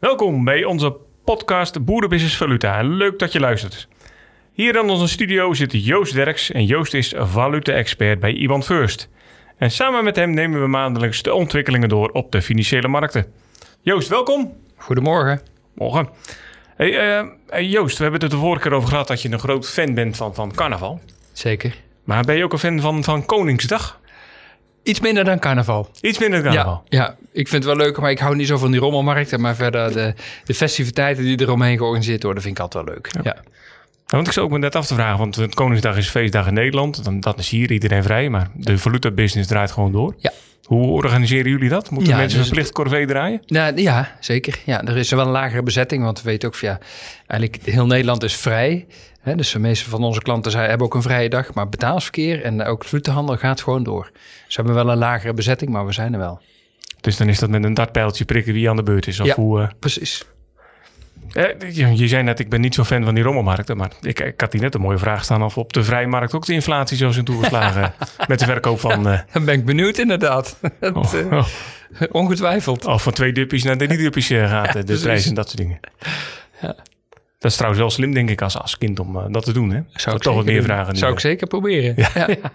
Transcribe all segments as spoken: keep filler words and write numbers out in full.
Welkom bij onze podcast Boerenbusiness Valuta. Leuk dat je luistert. Hier in onze studio zit Joost Derks en Joost is valuta-expert bij IBAN First. En samen met hem nemen we maandelijks de ontwikkelingen door op de financiële markten. Joost, welkom. Goedemorgen. Morgen. Hey, uh, hey Joost, we hebben het er de vorige keer over gehad dat je een groot fan bent van, van carnaval. Zeker. Maar ben je ook een fan van, van Koningsdag? Iets minder dan carnaval. Iets minder dan carnaval? Ja, ja, ik vind het wel leuk, maar ik hou niet zo van die rommelmarkten. Maar verder de, de festiviteiten die eromheen georganiseerd worden, vind ik altijd wel leuk. Ja. Ja. Nou, want ik zou ook me net af te vragen, want het Koningsdag is feestdag in Nederland. Dan, dat is hier iedereen vrij, maar de valuta-business draait gewoon door. Ja. Hoe organiseren jullie dat? Moeten ja, mensen dus, verplicht corvée draaien? Nou, ja, zeker. Ja, er is wel een lagere bezetting, want we weten ook van ja, eigenlijk heel Nederland is vrij. Hè, dus de meeste van onze klanten zijn, hebben ook een vrije dag, maar betaalsverkeer en ook valutahandel gaat gewoon door. Ze hebben wel een lagere bezetting, maar we zijn er wel. Dus dan is dat met een dartpijltje prikken wie aan de beurt is? Of ja, hoe, uh... precies. Je, je zei net, ik ben niet zo fan van die rommelmarkten, maar ik, ik had hier net een mooie vraag staan of op de vrije markt ook de inflatie zo zijn toegeslagen met de verkoop van... Uh... Dan ben ik benieuwd inderdaad. Het, oh, uh, oh. Ongetwijfeld. Of van twee duppies naar drie duppies uh, gaat, ja, de prijs en dat soort dingen. Ja. Dat is trouwens wel slim, denk ik, als, als kind om uh, dat te doen. Hè? Zou ik toch wat meer doen. vragen. Zou nu, ik zeker proberen. Ja. Ja. Ja.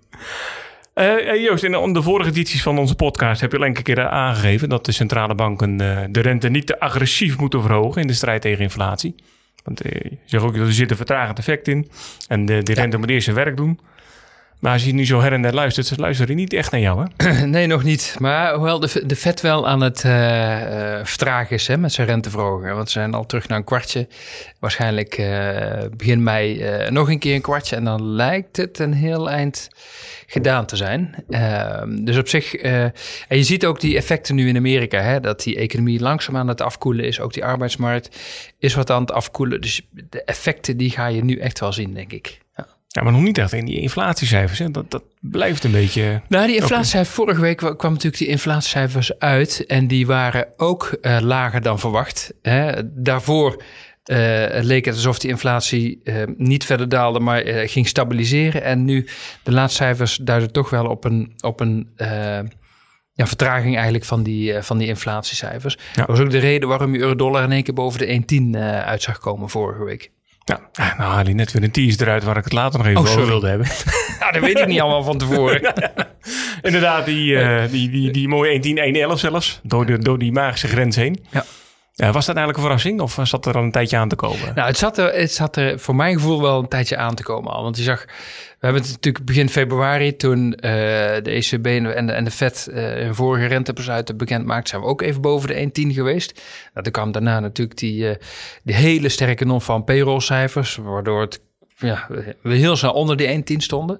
Uh, Joost, in de vorige edities van onze podcast heb je al enkele keer aangegeven dat de centrale banken uh, de rente niet te agressief moeten verhogen in de strijd tegen inflatie. Want uh, je zegt ook, er zit een vertragend effect in en de, de rente ja. moet eerst zijn werk doen. Maar als je nu zo her en der luistert, ze luisteren niet echt naar jou, hè? Nee, nog niet. Maar hoewel de, de Fed wel aan het uh, uh, vertragen is hè, met zijn renteverhoging. Want ze zijn al terug naar een kwartje. Waarschijnlijk uh, begin mei uh, nog een keer een kwartje. En dan lijkt het een heel eind gedaan te zijn. Uh, dus op zich... Uh, en je ziet ook die effecten nu in Amerika. Hè, dat die economie langzaam aan het afkoelen is. Ook die arbeidsmarkt is wat aan het afkoelen. Dus de effecten die ga je nu echt wel zien, denk ik. Ja. Ja, maar nog niet echt in die inflatiecijfers. Hè? Dat, dat blijft een beetje... Nou, die inflatiecijfers... Vorige week kwam natuurlijk die inflatiecijfers uit. En die waren ook uh, lager dan verwacht. Hè? Daarvoor uh, leek het alsof die inflatie uh, niet verder daalde, maar uh, ging stabiliseren. En nu, de laatste cijfers duiden toch wel op een... Op een uh, Ja, vertraging eigenlijk van die, uh, van die inflatiecijfers. Ja. Dat was ook de reden waarom je euro-dollar in één keer boven de één komma tien uh, uit zag komen vorige week. Ja, nou haal je net weer een tease eruit waar ik het later nog even oh, over wilde hebben. Nou, dat weet ik niet allemaal van tevoren. Inderdaad, die, uh, die, die, die mooie één komma tien, één komma elf zelfs, door, de, door die magische grens heen. Ja. Uh, was dat eigenlijk een verrassing of zat er al een tijdje aan te komen? Nou, het zat, er, het zat er voor mijn gevoel wel een tijdje aan te komen al. Want je zag, we hebben het natuurlijk begin februari toen uh, de E C B en de, en de Fed uh, hun vorige rentebesluiten bekend maakten, zijn we ook even boven de één komma tien geweest. Nou, toen kwam daarna natuurlijk die, uh, die hele sterke non-farm payroll cijfers, waardoor het, ja, we heel snel onder die één komma tien stonden.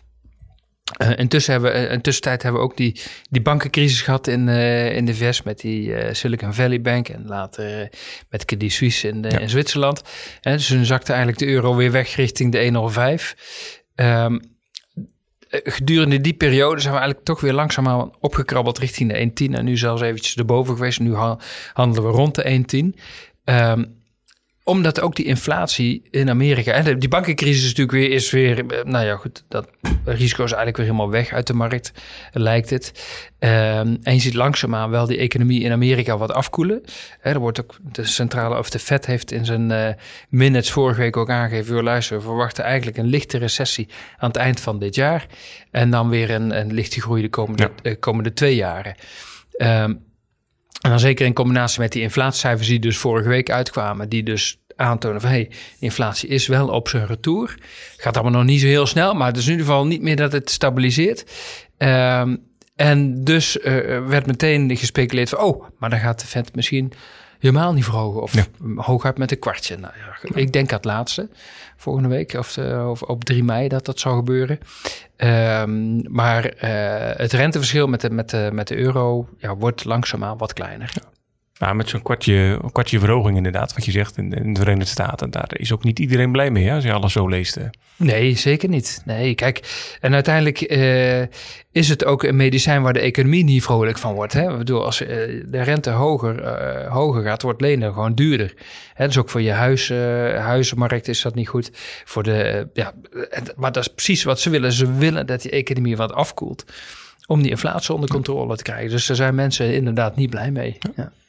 Uh, intussen hebben we, uh, in tussentijd hebben we ook die, die bankencrisis gehad in, uh, in de V S met die uh, Silicon Valley Bank en later uh, met Credit Suisse in, uh, ja. in Zwitserland. Uh, dus toen zakte eigenlijk de euro weer weg richting de één komma nul vijf. Um, gedurende die periode zijn we eigenlijk toch weer langzaamaan opgekrabbeld richting de één komma tien en nu zelfs eventjes erboven geweest. Nu ha- handelen we rond de één komma tien. Um, Omdat ook die inflatie in Amerika... En die bankencrisis is natuurlijk weer... Is weer nou ja, goed. Dat risico is eigenlijk weer helemaal weg uit de markt. Lijkt het. Um, en je ziet langzaamaan wel die economie in Amerika wat afkoelen. He, er wordt ook de centrale... Of de Fed heeft in zijn uh, minutes vorige week ook aangegeven... Luister, we verwachten eigenlijk een lichte recessie... aan het eind van dit jaar. En dan weer een, een lichte groei de komende, ja. uh, komende twee jaren. Um, En dan zeker in combinatie met die inflatiecijfers die dus vorige week uitkwamen, die dus aantonen van hey, inflatie is wel op zijn retour. Gaat allemaal nog niet zo heel snel, maar het is in ieder geval niet meer dat het stabiliseert. Um, en dus uh, werd meteen gespeculeerd van oh, maar dan gaat de Fed misschien helemaal niet verhogen of ja. hooguit met een kwartje. Nou ja, ik denk aan het laatste volgende week of, de, of op drie mei dat dat zou gebeuren. Um, maar uh, het renteverschil met de, met de, met de euro ja, wordt langzaamaan wat kleiner. Ja. Nou, met zo'n kwartje, kwartje verhoging inderdaad, wat je zegt in, in de Verenigde Staten. Daar is ook niet iedereen blij mee, hè, als je alles zo leest. Nee, zeker niet. Nee, kijk, en uiteindelijk uh, is het ook een medicijn waar de economie niet vrolijk van wordt. Hè? Ik bedoel, als uh, de rente hoger, uh, hoger gaat, wordt lenen gewoon duurder. Hè? Dus ook voor je huis, uh, huizenmarkt is dat niet goed. Voor de, uh, ja, maar dat is precies wat ze willen. Ze willen dat die economie wat afkoelt om die inflatie onder controle te krijgen. Dus daar zijn mensen inderdaad niet blij mee. Ja. Maar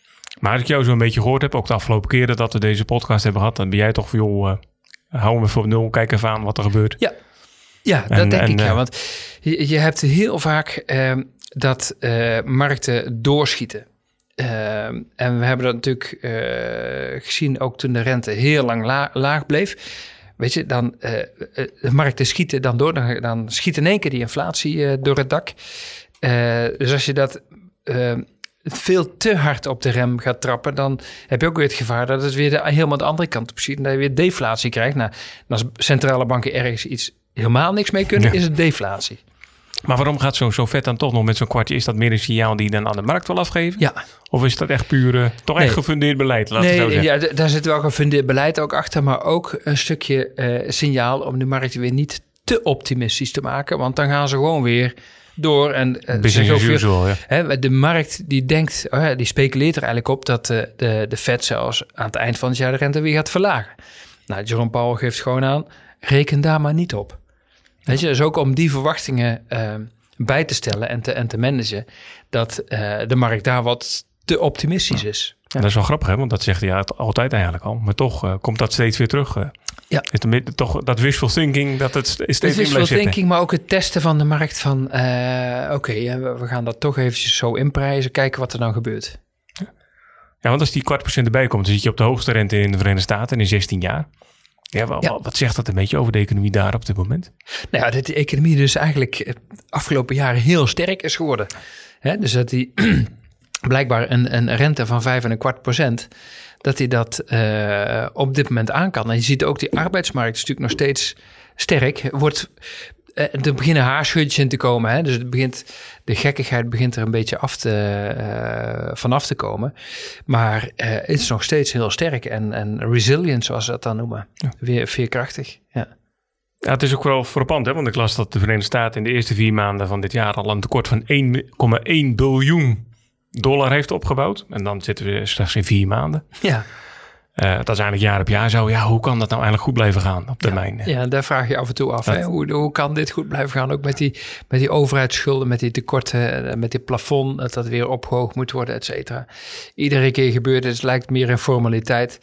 Maar als ik jou zo een beetje gehoord heb, ook de afgelopen keren dat we deze podcast hebben gehad, dan ben jij toch van, joh, uh, hou hem even op nul, kijk even aan wat er gebeurt. Ja, ja en, dat denk en, ik, uh, ja. Want je, je hebt heel vaak uh, dat uh, markten doorschieten. Uh, en we hebben dat natuurlijk uh, gezien ook toen de rente heel lang la- laag bleef. Weet je, dan uh, de markten schieten dan door. Dan, dan schiet in één keer die inflatie uh, door het dak. Uh, dus als je dat uh, veel te hard op de rem gaat trappen, dan heb je ook weer het gevaar dat het weer de, helemaal de andere kant op schiet. En dat je weer deflatie krijgt. Nou, als centrale banken ergens iets helemaal niks mee kunnen, ja. is het deflatie. Maar waarom gaat zo'n zo vet dan toch nog met zo'n kwartje? Is dat meer een signaal die je dan aan de markt wil afgeven? Ja. Of is dat echt puur, uh, toch nee. echt gefundeerd beleid? Laat nee, het zo ja, d- daar zit wel gefundeerd beleid ook achter. Maar ook een stukje uh, signaal om de markt weer niet te optimistisch te maken. Want dan gaan ze gewoon weer door. En uh, business as usual, ja. Hè, de markt die denkt, oh ja, die speculeert er eigenlijk op dat uh, de, de Fed zelfs aan het eind van het jaar de rente weer gaat verlagen. Nou, Jerome Powell geeft gewoon aan, reken daar maar niet op. Weet je, dus ook om die verwachtingen uh, bij te stellen en te, en te managen, dat uh, de markt daar wat te optimistisch ja. is. Ja. Dat is wel grappig, hè? Want dat zegt hij ja, altijd eigenlijk al. Maar toch uh, komt dat steeds weer terug. Uh. Ja. Is het, toch dat wishful thinking, dat het steeds het weer wishful thinking, maar ook het testen van de markt van, uh, oké, okay, we, we gaan dat toch eventjes zo inprijzen, kijken wat er dan gebeurt. Ja, ja, want als die kwart procent erbij komt, dan zit je op de hoogste rente in de Verenigde Staten in zestien jaar. Ja, wat, ja. wat zegt dat een beetje over de economie daar op dit moment? Nou ja, dat de economie dus eigenlijk afgelopen jaren heel sterk is geworden. He, dus dat die blijkbaar een, een rente van vijf en een kwart procent, dat hij dat uh, op dit moment aan kan. En je ziet ook die arbeidsmarkt is natuurlijk nog steeds sterk. Wordt, uh, er beginnen haarscheurtjes in te komen. Hè? Dus het begint, de gekkigheid begint er een beetje af te, uh, vanaf te komen. Maar uh, het is nog steeds heel sterk. En, en resilient, zoals ze dat dan noemen. Ja. Weer veerkrachtig, ja. Ja, het is ook wel frappant, hè? Want ik las dat de Verenigde Staten in de eerste vier maanden van dit jaar al een tekort van één komma één biljoen dollar heeft opgebouwd. En dan zitten we straks in vier maanden. Ja. Uh, dat is eigenlijk jaar op jaar zo. Ja, hoe kan dat nou eigenlijk goed blijven gaan op termijn? Ja, ja daar vraag je af en toe af. Hè? Hoe, hoe kan dit goed blijven gaan? Ook met die, met die overheidsschulden, met die tekorten, met die plafond, dat dat weer opgehoogd moet worden, et cetera. Iedere keer gebeurt het. Het lijkt meer een formaliteit.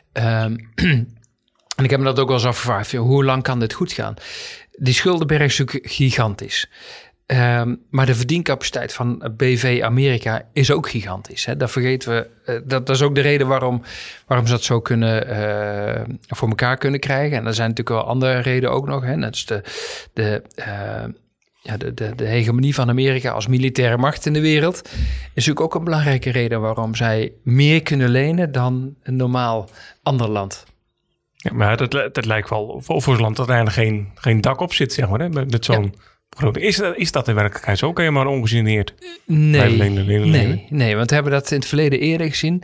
Um, en ik heb me dat ook wel eens afgevraagd. Hoe lang kan dit goed gaan? Die schuldenberg is natuurlijk gigantisch. Um, maar de verdiencapaciteit van B V Amerika is ook gigantisch. Hè? Dat vergeten we. Uh, dat, dat is ook de reden waarom, waarom ze dat zo kunnen, uh, voor elkaar kunnen krijgen. En er zijn natuurlijk wel andere redenen ook nog. Hè? Dat is de, de, uh, ja, de, de, de hegemonie van Amerika als militaire macht in de wereld. Is natuurlijk ook een belangrijke reden waarom zij meer kunnen lenen dan een normaal ander land. Ja, maar dat, dat lijkt wel voor, voor zo'n land dat er eigenlijk geen, geen dak op zit, zeg maar. Hè? Met, met zo'n... Ja. Is dat, is dat in werkelijkheid zo? Kan je maar ongegeneerd? Nee, lenen, lenen, nee, nee, want we hebben dat in het verleden eerder gezien.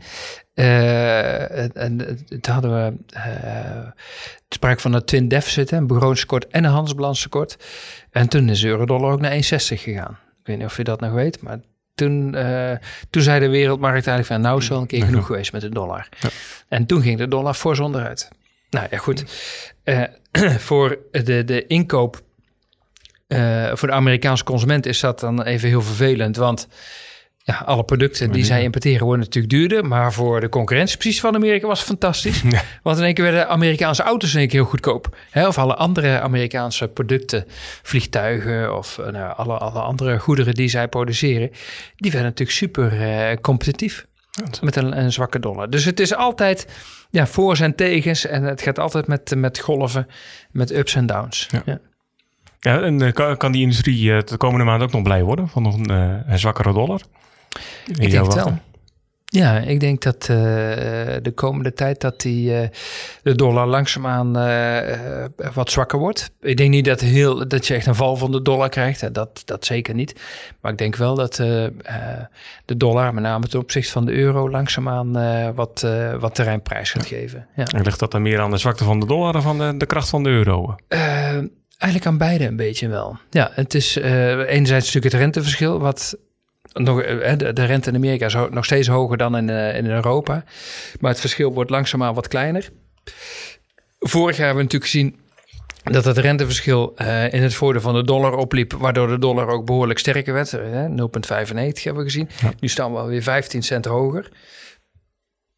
Uh, en het hadden we uh, het sprake van een twin deficit, een begrotingstekort en een handelsbalanstekort. En toen is de euro-dollar ook naar één komma zestig gegaan. Ik weet niet of je dat nog weet, maar toen, uh, toen zei de wereldmarkt eigenlijk van nou is wel een keer genoeg geweest met de dollar. Ja. En toen ging de dollar fors onderuit. Nou ja, goed. Uh, voor de, de inkoop Uh, voor de Amerikaanse consument is dat dan even heel vervelend. Want ja, alle producten die zij importeren worden natuurlijk duurder. Maar voor de concurrentiepositie van Amerika was het fantastisch. Ja. Want in één keer werden Amerikaanse auto's in één keer heel goedkoop. Hè? Of alle andere Amerikaanse producten, vliegtuigen of uh, nou, alle, alle andere goederen die zij produceren. Die werden natuurlijk super uh, competitief. Met een, een zwakke dollar. Dus het is altijd ja, voor's en tegens. En het gaat altijd met, met golven, met ups en downs. Ja. Ja. Ja, en uh, kan, kan die industrie uh, de komende maand ook nog blij worden van nog een, uh, een zwakkere dollar? Ik denk het wel. Ja, ik denk dat uh, de komende tijd dat die, uh, de dollar langzaamaan uh, wat zwakker wordt. Ik denk niet dat, heel, dat je echt een val van de dollar krijgt. Dat, dat zeker niet. Maar ik denk wel dat uh, uh, de dollar, met name ten opzichte van de euro, langzaamaan uh, wat, uh, wat terrein prijs gaat geven. Ja. En ligt dat dan meer aan de zwakte van de dollar of aan de, de kracht van de euro? Uh, Eigenlijk aan beide een beetje wel. Ja, het is uh, enerzijds natuurlijk het renteverschil. Wat nog, uh, de, de rente in Amerika is ho- nog steeds hoger dan in, uh, in Europa. Maar het verschil wordt langzaamaan wat kleiner. Vorig jaar hebben we natuurlijk gezien dat het renteverschil uh, in het voordeel van de dollar opliep. Waardoor de dollar ook behoorlijk sterker werd. Uh, nul komma vijfennegentig hebben we gezien. Ja. Nu staan we alweer vijftien cent hoger.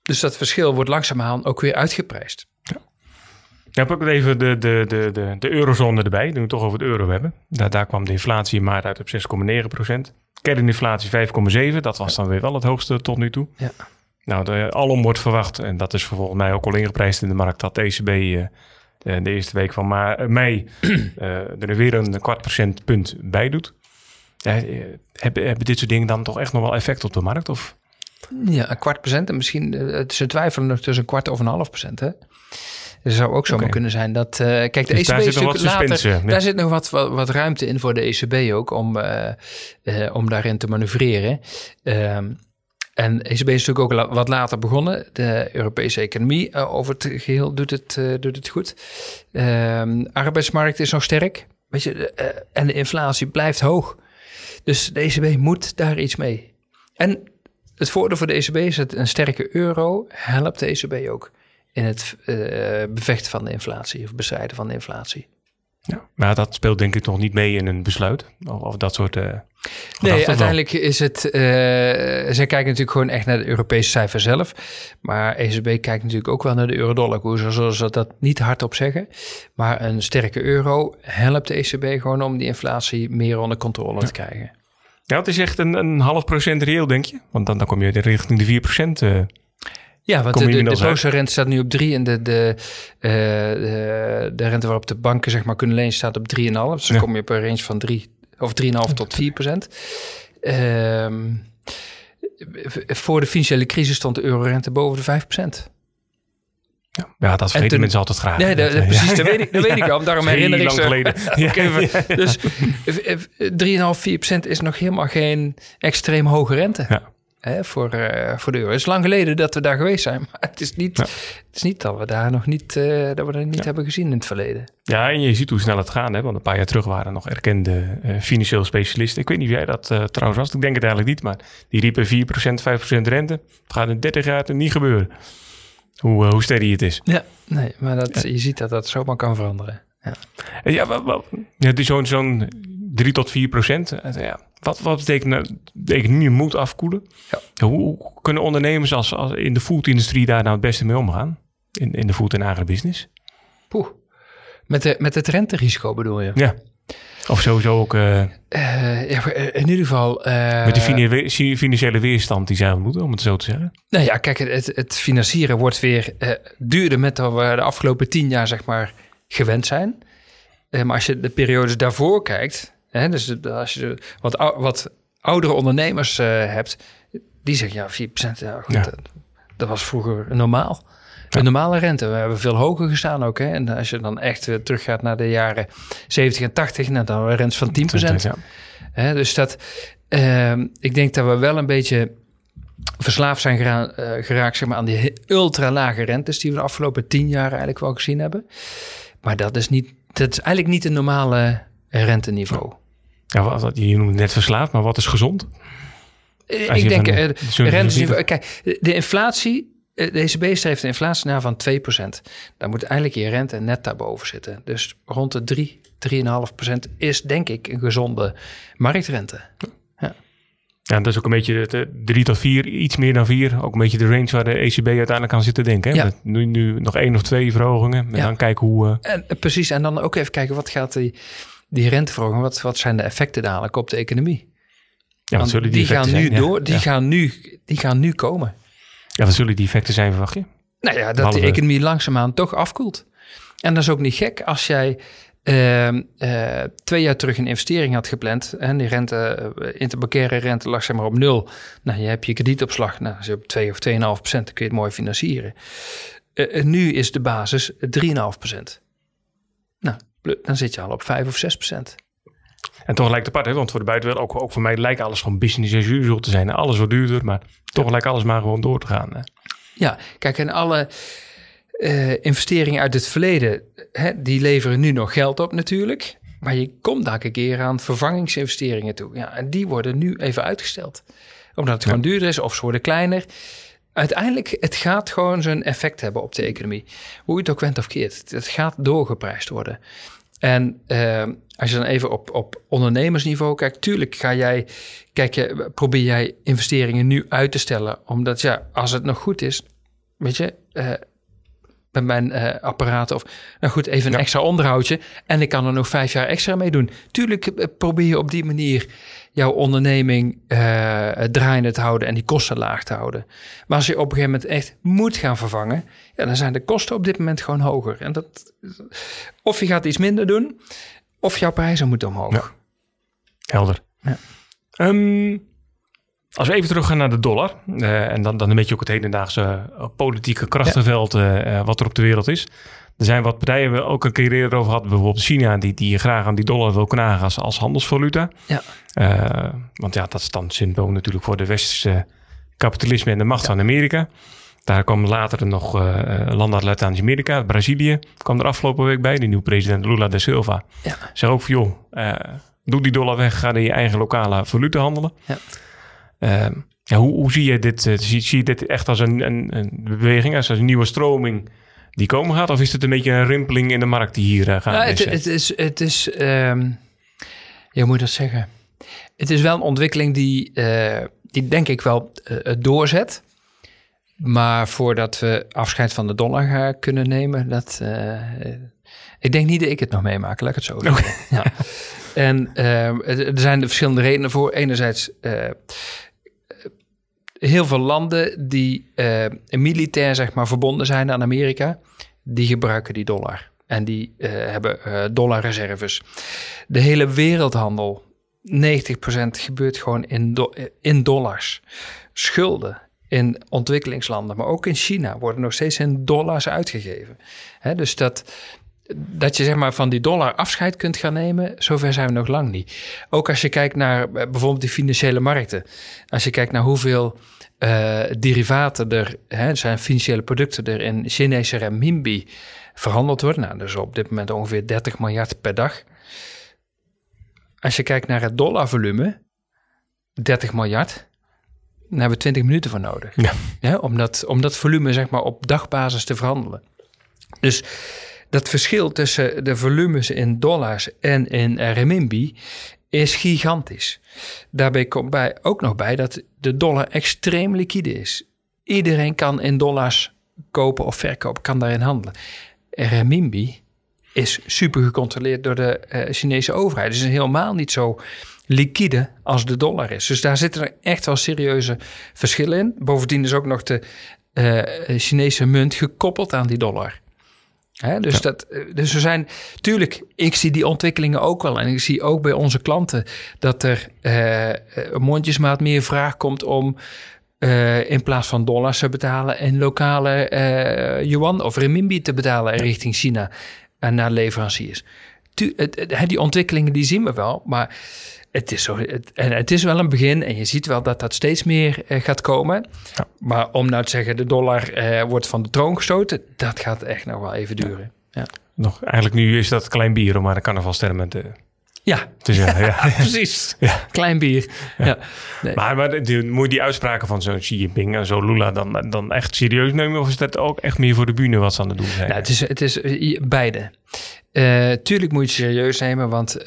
Dus dat verschil wordt langzaamaan ook weer uitgeprijsd. Ja. Dan heb ik ook even de, de, de, de, de eurozone erbij. Nu we het toch over het euro hebben. Daar, daar kwam de inflatie in maart uit op zes komma negen procent. Kerninflatie vijf komma zeven. Dat was dan weer wel het hoogste tot nu toe. Ja. Nou, de, alom wordt verwacht, en dat is volgens mij ook al ingeprijsd in de markt, dat de E C B uh, de eerste week van ma- mei uh, er weer een kwart procentpunt bij doet. Ja, hebben, hebben dit soort dingen dan toch echt nog wel effect op de markt? Of? Ja, een kwart procent. En misschien, uh, ze twijfelen nog tussen een kwart of een half procent. Hè? Er zou ook zomaar okay. kunnen zijn dat... Uh, kijk, de dus E C B daar is zit natuurlijk later... Suspense, ja. Daar zit nog wat, wat, wat ruimte in voor de E C B ook om, uh, uh, om daarin te manoeuvreren. Um, en de E C B is natuurlijk ook la- wat later begonnen. De Europese economie uh, over het geheel doet het, uh, doet het goed. Um, arbeidsmarkt is nog sterk. Weet je, uh, en de inflatie blijft hoog. Dus de E C B moet daar iets mee. En het voordeel voor de E C B is dat een sterke euro helpt de E C B ook in het uh, bevechten van de inflatie of bestrijden van de inflatie. Ja, maar dat speelt denk ik nog niet mee in een besluit of, of dat soort... Uh, nee, uiteindelijk wel. is het... Uh, zij kijken natuurlijk gewoon echt naar de Europese cijfer zelf. Maar E C B kijkt natuurlijk ook wel naar de euro-dollar-koers. Zoals ze dat niet hardop zeggen. Maar een sterke euro helpt de E C B gewoon om die inflatie meer onder controle ja. te krijgen. Ja, het is echt een, een half procent reëel, denk je? Want dan, dan kom je richting de vier procent... Uh, Ja, want de, de, de boze rente staat nu op drie en de, de, uh, de, de rente waarop de banken zeg maar kunnen lenen staat op drie komma vijf. Dus dan ja. kom je op een range van drie of drie komma vijf tot vier procent. Um, voor de financiële crisis stond de eurorente boven de vijf procent. Ja, ja, dat vergeten toen, mensen altijd graag. Nee, dat, dat, precies, dat weet ik, dat weet ik al. Daarom herinner ik ze. geleden. ja, even, dus drie komma vijf, vier procent is nog helemaal geen extreem hoge rente. Ja. Hè, voor, uh, voor de euro. Het is lang geleden dat we daar geweest zijn. Maar het is niet, ja. het is niet dat we daar nog niet, uh, dat we dat niet ja. hebben gezien in het verleden. Ja, en je ziet hoe snel het gaat. Hè? Want een paar jaar terug waren nog erkende uh, financieel specialisten. Ik weet niet of jij dat uh, trouwens was. Ik denk het eigenlijk niet. Maar die riepen vier procent, vijf procent rente. Het gaat in dertig jaar niet gebeuren. Hoe, uh, hoe steady het is. Ja, nee, maar dat, ja. je ziet dat dat zomaar kan veranderen. Ja, ja, wel, wel, ja het is zo'n, zo'n drie tot vier procent. Ja. Wat, wat betekent de economie moet afkoelen? Ja. Hoe, hoe kunnen ondernemers als, als in de food-industrie daar nou het beste mee omgaan? In, in de food- en agribusiness? Poeh. Met, de, met het renterisico bedoel je? Ja. Of sowieso ook... Uh, uh, ja, in ieder geval... Uh, met de fina- financiële weerstand die zij moeten, om het zo te zeggen. Nou ja, kijk, het, het financieren wordt weer uh, duurder met wat we de afgelopen tien jaar zeg maar gewend zijn. Uh, maar als je de periodes daarvoor kijkt... Hè, dus als je wat, wat oudere ondernemers uh, hebt, die zeggen ja, vier procent, ja, goed, ja. Dat, dat was vroeger normaal. Ja. Een normale rente, we hebben veel hoger gestaan ook. Hè? En als je dan echt uh, teruggaat naar de jaren zeventig en tachtig, nou, dan hebben we rentes van tien procent. Ja. Hè, dus dat, uh, ik denk dat we wel een beetje verslaafd zijn gera- uh, geraakt zeg maar, aan die ultra lage rentes die we de afgelopen tien jaar eigenlijk wel gezien hebben. Maar dat is, niet, dat is eigenlijk niet een normale renteniveau. Ja, wat, je noemt het net verslaafd, maar wat is gezond? Als ik denk, de, uh, renteniveau, kijk, de inflatie, de E C B streeft een inflatie naar van twee procent. Daar moet eigenlijk je rente net daarboven zitten. Dus rond de drie, drie komma vijf procent is denk ik een gezonde marktrente. Ja. Ja, dat is ook een beetje de drie tot vier, iets meer dan vier. Ook een beetje de range waar de E C B uiteindelijk aan zit te denken. Hè? Ja. Met nu, nu nog één of twee verhogingen. En ja. dan kijken hoe... Uh... En, precies, en dan ook even kijken wat gaat die... Die renteverhoging, wat, wat zijn de effecten dadelijk op de economie? Ja, wat zullen die, die gaan zijn? nu door, ja, die, ja. gaan nu, die gaan nu komen. Ja, wat zullen die effecten zijn, verwacht je? Nou ja, dat Behalve... de economie langzaamaan toch afkoelt. En dat is ook niet gek als jij uh, uh, twee jaar terug een investering had gepland en die rente, uh, interbankaire rente lag zeg maar op nul. Nou, je hebt je kredietopslag, nou, als je op twee of twee komma vijf procent, dan kun je het mooi financieren. Uh, nu is de basis drie komma vijf procent. Nou, dan zit je al op vijf of zes procent. En toch lijkt het apart, hè? Want voor de buitenwereld, ook, ook voor mij lijkt alles gewoon business as usual te zijn. Alles wordt duurder, maar toch ja. lijkt alles maar gewoon door te gaan. Hè? Ja, kijk, en alle uh, investeringen uit het verleden, hè, die leveren nu nog geld op natuurlijk. Maar je komt daar een keer aan vervangingsinvesteringen toe. Ja, en die worden nu even uitgesteld. Omdat het ja. gewoon duurder is of ze worden kleiner. Uiteindelijk, het gaat gewoon zijn effect hebben op de economie. Hoe je het ook went of keert. Het gaat doorgeprijsd worden. En uh, als je dan even op, op ondernemersniveau kijkt, tuurlijk ga jij, kijk je, probeer jij investeringen nu uit te stellen. Omdat ja, als het nog goed is, weet je, uh, met mijn uh, apparaten of, nou goed, even een ja. extra onderhoudje. En ik kan er nog vijf jaar extra mee doen. Tuurlijk uh, probeer je op die manier jouw onderneming uh, draaiende te houden en die kosten laag te houden. Maar als je op een gegeven moment echt moet gaan vervangen, ja, dan zijn de kosten op dit moment gewoon hoger. En dat, of je gaat iets minder doen, of jouw prijzen moeten omhoog. Ja. Helder. Ja. Um, als we even teruggaan naar de dollar, uh, en dan, dan een beetje ook het hedendaagse uh, politieke krachtenveld ja. uh, wat er op de wereld is. Er zijn wat partijen, we ook een keer eerder over hadden, bijvoorbeeld China, die, die graag aan die dollar wil knagen als, als handelsvaluta. Ja. Uh, want ja, dat is dan symbool natuurlijk voor de westerse kapitalisme en de macht ja. van Amerika. Daar kwam later nog uh, landen uit Latijns-Amerika, Brazilië kwam er afgelopen week bij, de nieuwe president Lula da Silva. Ja. Zeg ook van joh, uh, doe die dollar weg, ga in je eigen lokale valuta handelen. Ja. Uh, ja, hoe, hoe zie je dit? Uh, zie, zie je dit echt als een, een, een beweging, als een nieuwe stroming die komen gaat? Of is het een beetje een rimpeling in de markt die hier uh, gaat? Nou, het, het is, het is um, ja, hoe moet je dat zeggen? Het is wel een ontwikkeling die, uh, die denk ik wel uh, doorzet. Maar voordat we afscheid van de dollar gaan kunnen nemen, dat, uh, ik denk niet dat ik het nog meemaak, laat ik het zo zeggen. Okay. Ja. En uh, er zijn er verschillende redenen voor. Enerzijds uh, heel veel landen die uh, militair zeg maar verbonden zijn aan Amerika, die gebruiken die dollar. En die uh, hebben uh, dollarreserves. De hele wereldhandel, negentig procent gebeurt gewoon in, do- in dollars. Schulden in ontwikkelingslanden, maar ook in China worden nog steeds in dollars uitgegeven. Hè, dus dat, dat je zeg maar van die dollar afscheid kunt gaan nemen, zover zijn we nog lang niet. Ook als je kijkt naar bijvoorbeeld die financiële markten. Als je kijkt naar hoeveel uh, derivaten er, hè, zijn financiële producten er in Chinese renminbi verhandeld worden. Nou, dus op dit moment ongeveer dertig miljard per dag. Als je kijkt naar het dollarvolume, dertig miljard, daar hebben we twintig minuten voor nodig. Ja. Ja, om, dat, om dat volume zeg maar op dagbasis te verhandelen. Dus dat verschil tussen de volumes in dollars en in renminbi is gigantisch. Daarbij komt bij, ook nog bij dat de dollar extreem liquide is. Iedereen kan in dollars kopen of verkopen, kan daarin handelen. Renminbi is super gecontroleerd door de uh, Chinese overheid. Dus het is helemaal niet zo liquide als de dollar is. Dus daar zitten er echt wel serieuze verschillen in. Bovendien is ook nog de uh, Chinese munt gekoppeld aan die dollar. Hè, dus, ja. dat, dus we zijn, tuurlijk, ik zie die ontwikkelingen ook wel. En ik zie ook bij onze klanten dat er uh, mondjesmaat meer vraag komt om uh, in plaats van dollars te betalen en lokale uh, yuan of renminbi te betalen ja. richting China en naar leveranciers. Tu, het, het, die ontwikkelingen die zien we wel, maar het is, zo, het, en het is wel een begin en je ziet wel dat dat steeds meer uh, gaat komen. Ja. Maar om nou te zeggen, de dollar uh, wordt van de troon gestoten, dat gaat echt nog wel even duren. Ja. Ja. Nog, eigenlijk nu is dat klein bier om maar een carnavalsterm te, ja. te zeggen. Ja, ja. Precies. Ja. Klein bier. Ja. Ja. Nee. Maar, maar die, moet je die uitspraken van zo'n Xi Jinping en zo Lula dan, dan echt serieus nemen? Of is dat ook echt meer voor de bühne wat ze aan het doen zijn? Nou, het is, het is beide. Uh, tuurlijk moet je het serieus nemen, want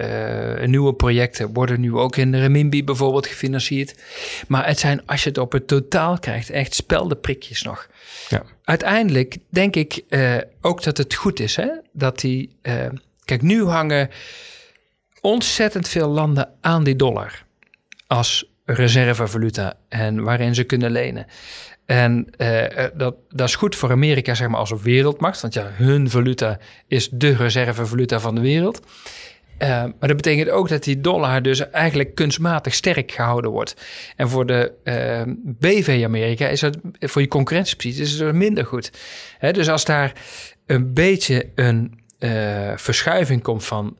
uh, nieuwe projecten worden nu ook in de renminbi bijvoorbeeld gefinancierd. Maar het zijn, als je het op het totaal krijgt, echt speldenprikjes nog. Ja. Uiteindelijk denk ik uh, ook dat het goed is, hè? Dat die, uh, kijk, nu hangen ontzettend veel landen aan die dollar als reservevaluta en waarin ze kunnen lenen. En uh, dat, dat is goed voor Amerika, zeg maar, als een wereldmacht. Want ja, hun valuta is de reservevaluta van de wereld. Uh, maar dat betekent ook dat die dollar dus eigenlijk kunstmatig sterk gehouden wordt. En voor de uh, B V Amerika is dat, voor je concurrentiepositie is het minder goed. He, dus als daar een beetje een uh, verschuiving komt van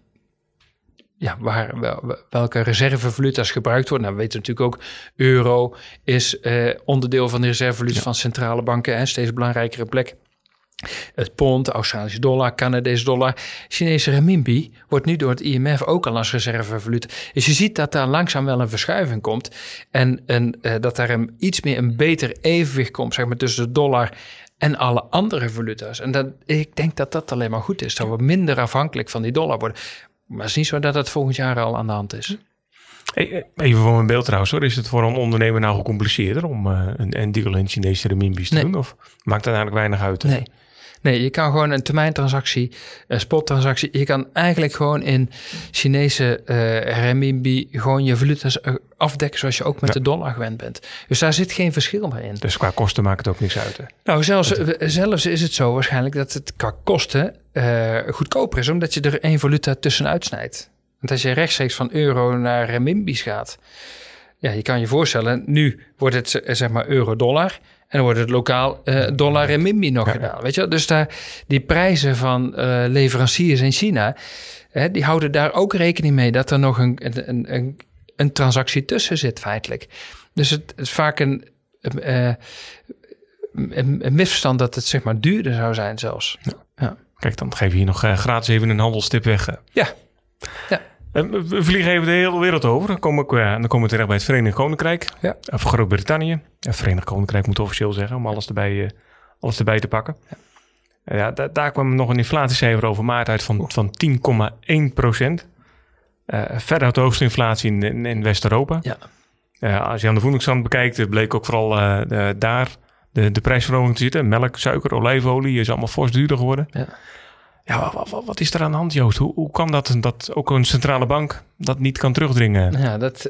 ja, waar, wel, welke reservevaluta's gebruikt worden. Nou, we weten natuurlijk ook, euro is uh, onderdeel van de reservevaluta ja. van centrale banken. Hè, steeds belangrijkere plek. Het pond, de Australische dollar, Canadese dollar. Chinese renminbi wordt nu door het I M F ook al als reservevaluta. Dus je ziet dat daar langzaam wel een verschuiving komt. En, en uh, dat daar een, iets meer een beter evenwicht komt, zeg maar, tussen de dollar en alle andere valuta's. En dat, ik denk dat dat alleen maar goed is. Dat we minder afhankelijk van die dollar worden. Maar het is niet zo dat het volgend jaar al aan de hand is. Even voor mijn beeld trouwens, hoor. Is het voor een ondernemer nou gecompliceerder om uh, een, een deal in Chinese renminbi's te nee. doen? Of maakt dat eigenlijk weinig uit? Hè? Nee. Nee, je kan gewoon een termijntransactie, een spottransactie. Je kan eigenlijk gewoon in Chinese uh, renminbi gewoon je valuta's afdekken zoals je ook met ja. de dollar gewend bent. Dus daar zit geen verschil meer in. Dus qua kosten maakt het ook niks uit. Hè? Nou, zelfs, het... zelfs is het zo waarschijnlijk dat het qua kosten uh, goedkoper is, omdat je er één valuta tussenuit snijdt. Want als je rechtstreeks van euro naar renminbi's gaat, ja, je kan je voorstellen, nu wordt het zeg maar euro-dollar. En dan wordt het lokaal uh, dollar en renminbi nog ja. gedaan. Weet je? Dus daar, die prijzen van uh, leveranciers in China, hè, die houden daar ook rekening mee dat er nog een, een, een, een transactie tussen zit feitelijk. Dus het, het is vaak een, uh, een, een misverstand dat het zeg maar duurder zou zijn zelfs. Ja. Ja. Kijk, dan geef je hier nog uh, gratis even een handelstip weg. Ja, ja. We vliegen even de hele wereld over. Dan komen we, dan komen we terecht bij het Verenigd Koninkrijk. Ja. Of Groot-Brittannië. Het Verenigd Koninkrijk moet officieel zeggen, om alles erbij, uh, alles erbij te pakken. Ja. Ja, da- daar kwam nog een inflatiecijfer over maart uit van, van tien komma één procent. Uh, verder had de hoogste inflatie in, in, in West-Europa. Ja. Uh, als je aan de voedingsstand bekijkt, bleek ook vooral uh, de, daar de, de prijsverhoging te zitten. Melk, suiker, olijfolie is allemaal fors duurder geworden. Ja. Ja, wat, wat, wat is er aan de hand, Joost? Hoe, hoe kan dat, dat ook een centrale bank dat niet kan terugdringen? Ja, dat,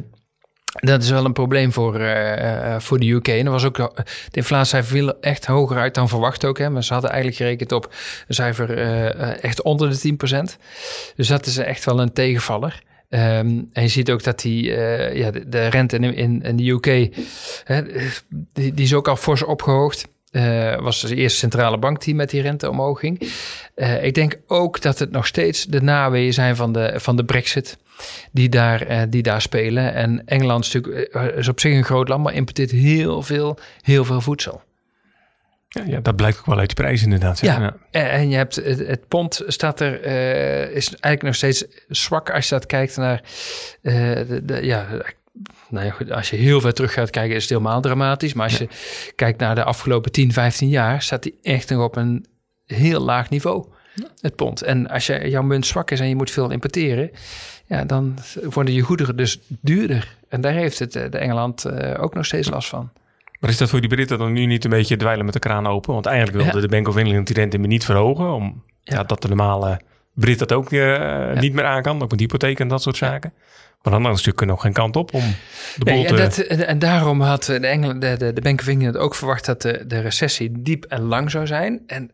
dat is wel een probleem voor, uh, voor de U K. En er was ook, de inflatiecijfer viel echt hoger uit dan verwacht ook. Hè? Maar ze hadden eigenlijk gerekend op een cijfer uh, echt onder de tien procent. Dus dat is echt wel een tegenvaller. Um, en je ziet ook dat die, uh, ja, de, de rente in, in, in de U K, hè, die, die is ook al fors opgehoogd. Uh, was de eerste centrale bank die met die rente omhoog ging. Uh, ik denk ook dat het nog steeds de naweeën zijn van de, van de Brexit die daar, uh, die daar spelen. En Engeland is natuurlijk uh, is op zich een groot land, maar importeert heel veel, heel veel voedsel. Ja, ja, dat blijkt ook wel uit die prijs inderdaad. Ja, ja. En je hebt het, het pond staat er, uh, is eigenlijk nog steeds zwak als je dat kijkt naar, uh, de, de, ja, nou ja, goed, als je heel ver terug gaat kijken is het helemaal dramatisch. Maar als ja. je kijkt naar de afgelopen tien, vijftien jaar, staat die echt nog op een heel laag niveau, ja. het pond. En als je, jouw munt zwak is en je moet veel importeren, ja, dan worden je goederen dus duurder. En daar heeft het de Engeland uh, ook nog steeds last van. Maar is dat voor die Britten dan nu niet een beetje dweilen met de kraan open? Want eigenlijk wilde ja. de Bank of England die rente niet verhogen, om ja. Ja, dat de normale Brit dat ook uh, ja. niet meer aan kan, ook met hypotheek en dat soort zaken. Ja. Maar dan is natuurlijk nog geen kant op om de bol nee, te... En, dat, en daarom had de, Engel, de, de, de Bank of England ook verwacht dat de, de recessie diep en lang zou zijn. En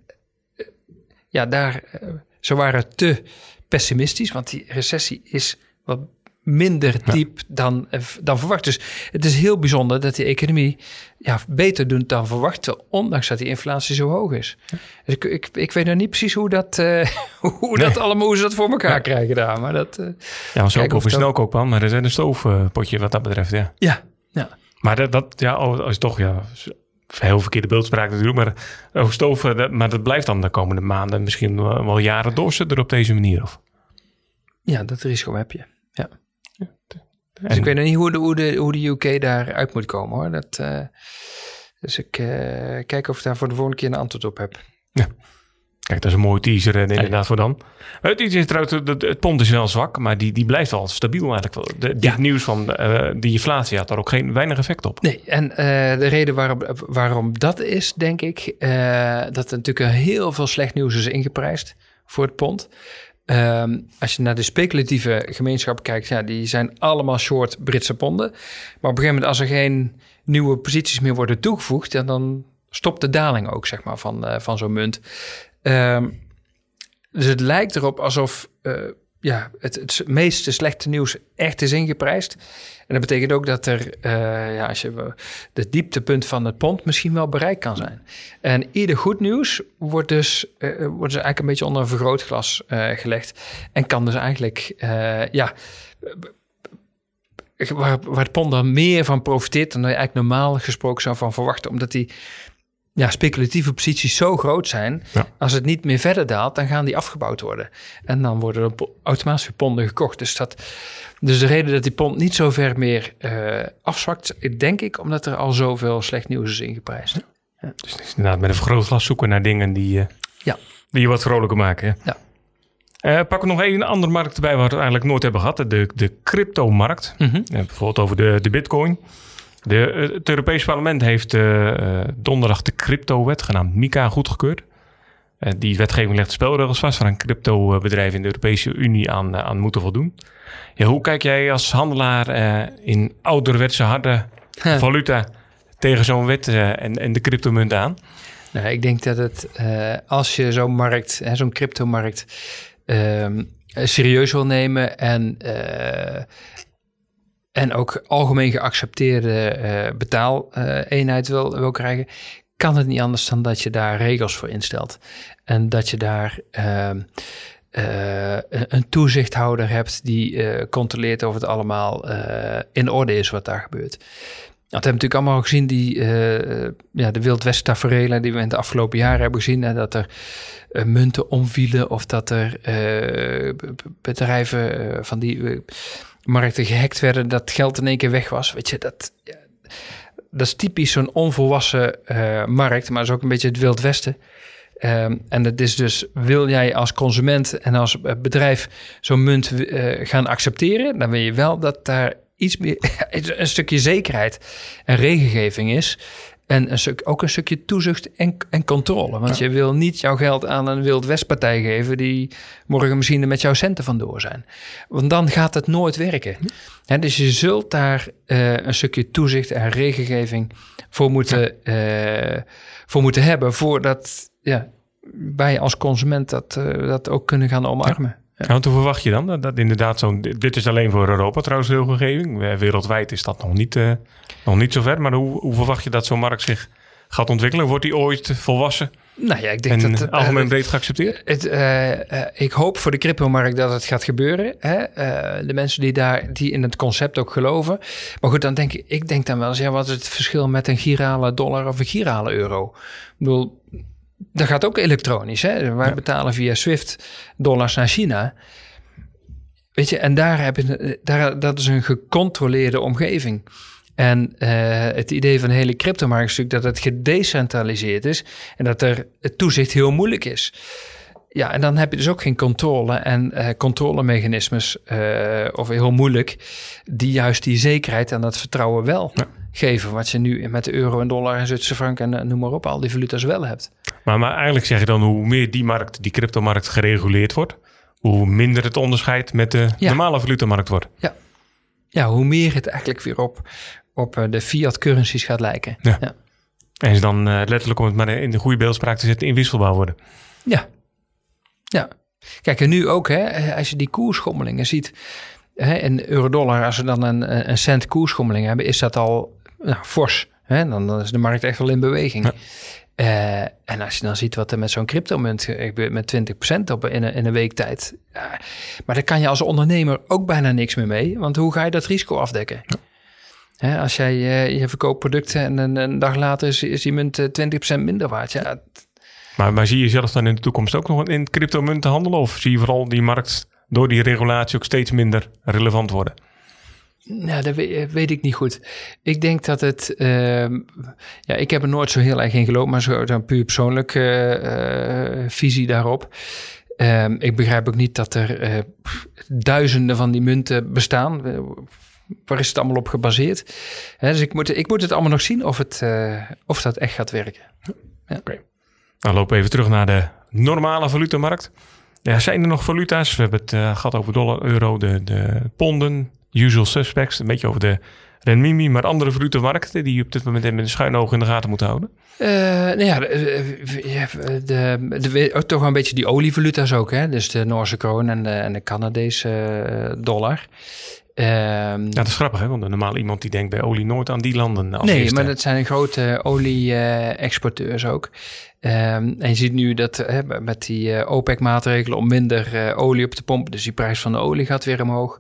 ja, daar, ze waren te pessimistisch, want die recessie is wat minder diep ja. dan, dan verwacht. Dus het is heel bijzonder dat die economie ja, beter doet dan verwacht, ondanks dat die inflatie zo hoog is. Ja. Dus ik, ik, ik weet nog niet precies hoe dat, uh, hoe nee. dat allemaal, hoe ze dat voor elkaar ja. krijgen daar. Maar dat, uh, ja, we ook over een snelkookpan, maar er is een stoofpotje wat dat betreft, ja. Ja, ja. Maar dat, dat ja, als toch, ja, heel verkeerde beeldspraak natuurlijk, maar over stoof, dat, maar dat blijft dan de komende maanden, misschien wel jaren doorzetten op deze manier, of? Ja, dat risico heb je, ja. Dus en ik weet nog niet hoe de, hoe, de, hoe de U K daaruit moet komen, hoor. Dat, uh, dus ik uh, kijk of ik daar voor de volgende keer een antwoord op heb. Ja. Kijk, dat is een mooie teaser uh, inderdaad ja, ja. voor dan. Het, is trouwens, het, het pond is wel zwak, maar die, die blijft wel stabiel eigenlijk. Wel. De, ja. Dit nieuws van uh, die inflatie had daar ook geen weinig effect op. Nee, en uh, de reden waarom, waarom dat is, denk ik, uh, dat er natuurlijk heel veel slecht nieuws is ingeprijsd voor het pond. Um, als je naar de speculatieve gemeenschap kijkt, ja, die zijn allemaal short Britse ponden. Maar op een gegeven moment, als er geen nieuwe posities meer worden toegevoegd, ja, dan stopt de daling ook, zeg maar, van, uh, van zo'n munt. Um, dus het lijkt erop alsof uh, ja, het, het meeste slechte nieuws echt is ingeprijsd. En dat betekent ook dat er, uh, ja, als je de dieptepunt van het pond misschien wel bereikt kan zijn. En ieder goed nieuws wordt dus, uh, wordt dus eigenlijk een beetje onder een vergrootglas uh, gelegd. En kan dus eigenlijk, uh, ja, waar, waar het pond dan meer van profiteert dan je eigenlijk normaal gesproken zou van verwachten. Omdat die ja, speculatieve posities zo groot zijn. Ja. Als het niet meer verder daalt, dan gaan die afgebouwd worden. En dan worden er automatisch weer ponden gekocht. Dus, dat, dus de reden dat die pond niet zo ver meer uh, afzwakt, denk ik, omdat er al zoveel slecht nieuws is ingeprijsd. Ja. Ja. Dus het is inderdaad met een vergrootglas zoeken naar dingen die, uh, ja. die je wat vrolijker maken. Hè? Ja. Uh, pakken we nog één andere markt erbij waar we het eigenlijk nooit hebben gehad. De, de cryptomarkt. Mm-hmm. Uh, bijvoorbeeld over de, de bitcoin. De, uh, het Europese parlement heeft uh, uh, donderdag de cryptowet genaamd MiCA goedgekeurd. Uh, die wetgeving legt de spelregels vast waar een cryptobedrijf in de Europese Unie aan, uh, aan moeten voldoen. Ja, hoe kijk jij als handelaar uh, in ouderwetse harde huh. valuta tegen zo'n wet uh, en, en de cryptomunt aan? Nou, ik denk dat het, uh, als je zo'n markt, hè, zo'n cryptomarkt, uh, serieus wil nemen en, uh, en ook algemeen geaccepteerde uh, betaaleenheid wil, wil krijgen, kan het niet anders dan dat je daar regels voor instelt. En dat je daar uh, uh, een toezichthouder hebt die uh, controleert of het allemaal uh, in orde is wat daar gebeurt. Dat hebben we natuurlijk allemaal gezien, die, uh, ja, de Wild West taferelen die we in de afgelopen jaren hebben gezien. Hè, dat er uh, munten omvielen of dat er uh, bedrijven uh, van die uh, markten gehackt werden, dat geld in één keer weg was. Weet je, dat, ja, dat is typisch zo'n onvolwassen uh, markt, maar is ook een beetje het Wild Westen. Um, en het is dus, wil jij als consument en als bedrijf zo'n munt uh, gaan accepteren, dan wil je wel dat daar iets meer, een stukje zekerheid en regelgeving is. En een stuk, ook een stukje toezicht en, en controle. Want ja. je wil niet jouw geld aan een Wild West-partij geven die morgen misschien er met jouw centen vandoor zijn. Want dan gaat het nooit werken. Ja, dus je zult daar uh, een stukje toezicht en regelgeving voor moeten, ja. uh, voor moeten hebben, voordat ja, wij als consument dat, uh, dat ook kunnen gaan omarmen. Ja. Ja. Want hoe verwacht je dan? Dat, dat inderdaad zo'n... Dit is alleen voor Europa trouwens regelgeving. Wereldwijd is dat nog niet, uh, nog niet zo ver. Maar hoe, hoe verwacht je dat zo'n markt zich gaat ontwikkelen? Wordt die ooit volwassen? Nou ja, ik denk en dat het algemeen uh, breed geaccepteerd? Het, uh, uh, ik hoop voor de cryptomarkt dat het gaat gebeuren. Hè? Uh, de mensen die daar die in het concept ook geloven. Maar goed, dan denk ik, ik denk dan wel eens, ja, wat is het verschil met een girale dollar of een girale euro? Ik bedoel, dat gaat ook elektronisch. Hè? Wij ja. betalen via Swift dollars naar China. Weet je, en daar heb je, daar, dat is een gecontroleerde omgeving. En uh, het idee van de hele cryptomarkt is natuurlijk dat het gedecentraliseerd is en dat er het toezicht heel moeilijk is. Ja, en dan heb je dus ook geen controle en uh, controlemechanismes, uh, of heel moeilijk, die juist die zekerheid en dat vertrouwen wel ja. geven. Wat je nu met de euro en dollar en Zwitserse frank en uh, noem maar op, al die valuta's wel hebt. Maar, maar eigenlijk zeg je dan, hoe meer die markt, die cryptomarkt gereguleerd wordt, hoe minder het onderscheid met de ja. normale valutamarkt wordt. Ja. ja, hoe meer het eigenlijk weer op, op de fiat currencies gaat lijken. Ja. Ja. En ze dan uh, letterlijk, om het maar in de goede beeldspraak te zetten, inwisselbaar worden. Ja. Ja. Kijk, en nu ook, hè, als je die koersschommelingen ziet, hè, in euro-dollar, als we dan een, een cent koersschommeling hebben, is dat al nou, fors. Hè? Dan, dan is de markt echt wel in beweging. Ja. Uh, en als je dan ziet wat er met zo'n cryptomunt gebeurt met twintig procent op in een, in een week tijd. Ja, maar daar kan je als ondernemer ook bijna niks meer mee. Want hoe ga je dat risico afdekken? Ja. Hè, als jij uh, je verkoopt producten en een, een dag later is, is die munt twintig procent minder waard. Ja. Maar, maar zie je zelf dan in de toekomst ook nog in cryptomunten handelen? Of zie je vooral die markt door die regulatie ook steeds minder relevant worden? Nou, dat weet, weet ik niet goed. Ik denk dat het... Uh, ja, ik heb er nooit zo heel erg in geloofd, maar zo een puur persoonlijke uh, visie daarop. Uh, ik begrijp ook niet dat er uh, duizenden van die munten bestaan. Waar is het allemaal op gebaseerd? Hè, dus ik moet, ik moet het allemaal nog zien of, het, uh, of dat echt gaat werken. Ja. Oké. Okay. Nou, lopen we even terug naar de normale valutamarkt. Ja, zijn er nog valuta's? We hebben het uh, gehad over dollar, euro, de, de ponden, usual suspects. Een beetje over de renminbi, maar andere valutamarkten die je op dit moment met een schuin oog in de gaten moet houden. Uh, nou ja, de, de, de, de, toch wel een beetje die olievaluta's ook. Hè? Dus de Noorse kroon en de, en de Canadese uh, dollar. Um, ja, dat is grappig, hè? Want normaal iemand die denkt bij olie nooit aan die landen. Als nee, eerste. Maar dat zijn grote olie-exporteurs uh, ook. Um, en je ziet nu dat uh, met die uh, OPEC-maatregelen om minder uh, olie op te pompen, dus die prijs van de olie gaat weer omhoog.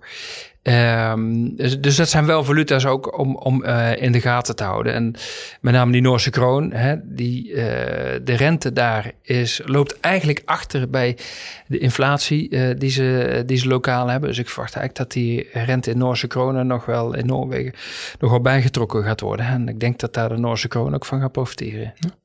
Um, dus, dus dat zijn wel valuta's ook om, om uh, in de gaten te houden. En met name die Noorse kroon, hè, die, uh, de rente daar is, loopt eigenlijk achter bij de inflatie uh, die, ze, die ze lokaal hebben. Dus ik verwacht eigenlijk dat die rente in Noorse kronen nog wel in Noorwegen nog wel bijgetrokken gaat worden. En ik denk dat daar de Noorse kroon ook van gaat profiteren.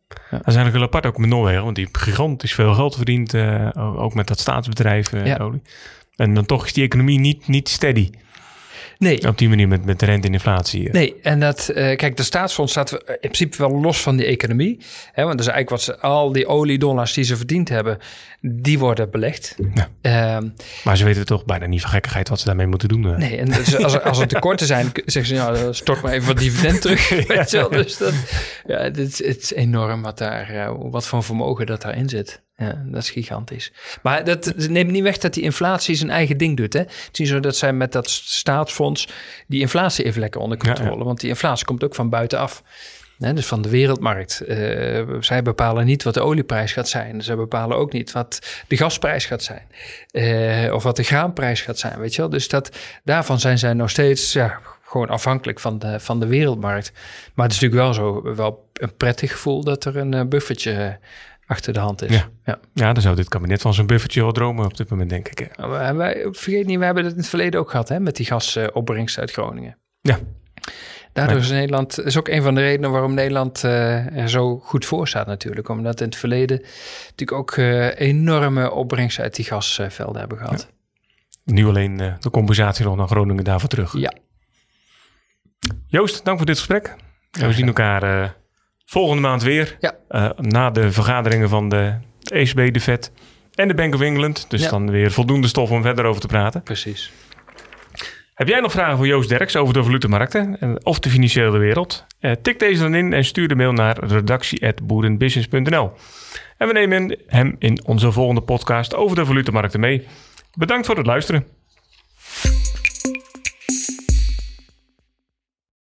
Ja. Dat is eigenlijk heel apart ook met Noorwegen, want die heeft gigantisch veel geld verdiend, uh, ook met dat staatsbedrijf uh, ja. olie. En dan toch is die economie niet, niet steady. Nee. Op die manier met, met de rente en inflatie. Uh. Nee, en dat, uh, kijk, de staatsfonds staat in principe wel los van die economie. Hè, want dat is eigenlijk wat ze, al die oliedollars die ze verdiend hebben, die worden belegd. Ja. Um, maar ze weten toch bijna niet van gekkigheid wat ze daarmee moeten doen. Uh. Nee, en dus als, er, als er tekorten zijn, zeggen ze, ja, stort maar even wat dividend terug. Ja. Weet je wel? Dus dat, ja, het is, het is enorm wat, daar, uh, wat voor vermogen dat daarin zit. Ja, dat is gigantisch. Maar dat neemt niet weg dat die inflatie zijn eigen ding doet. Hè? Het is niet zo dat zij met dat staatsfonds die inflatie even lekker onder controle. Ja, ja. Want die inflatie komt ook van buitenaf. Hè? Dus van de wereldmarkt. Uh, zij bepalen niet wat de olieprijs gaat zijn. Zij bepalen ook niet wat de gasprijs gaat zijn. Uh, of wat de graanprijs gaat zijn. Weet je wel? Dus dat, daarvan zijn zij nog steeds ja, gewoon afhankelijk van de, van de wereldmarkt. Maar het is natuurlijk wel zo wel een prettig gevoel dat er een uh, buffertje achter de hand is. Ja, ja. ja dan zou dit kabinet van zo'n buffertje wel dromen op dit moment, denk ik. Hè. Maar wij, vergeet niet, we hebben het in het verleden ook gehad, hè, met die gasopbrengst uit Groningen. Ja. Daardoor is Nederland, is ook een van de redenen waarom Nederland uh, er zo goed voor staat natuurlijk. Omdat in het verleden natuurlijk ook uh, enorme opbrengst uit die gasvelden hebben gehad. Ja. Nu alleen uh, de compensatie nog naar Groningen daarvoor terug. Ja. Joost, dank voor dit gesprek. Ja, we zien elkaar Uh, volgende maand weer, ja. uh, na de vergaderingen van de E C B, de Fed en de Bank of England. Dus ja. dan weer voldoende stof om verder over te praten. Precies. Heb jij nog vragen voor Joost Derks over de valutemarkten of de financiële wereld? Uh, tik deze dan in en stuur de mail naar redactie at boerenbusiness punt n l. En we nemen hem in onze volgende podcast over de valutemarkten mee. Bedankt voor het luisteren.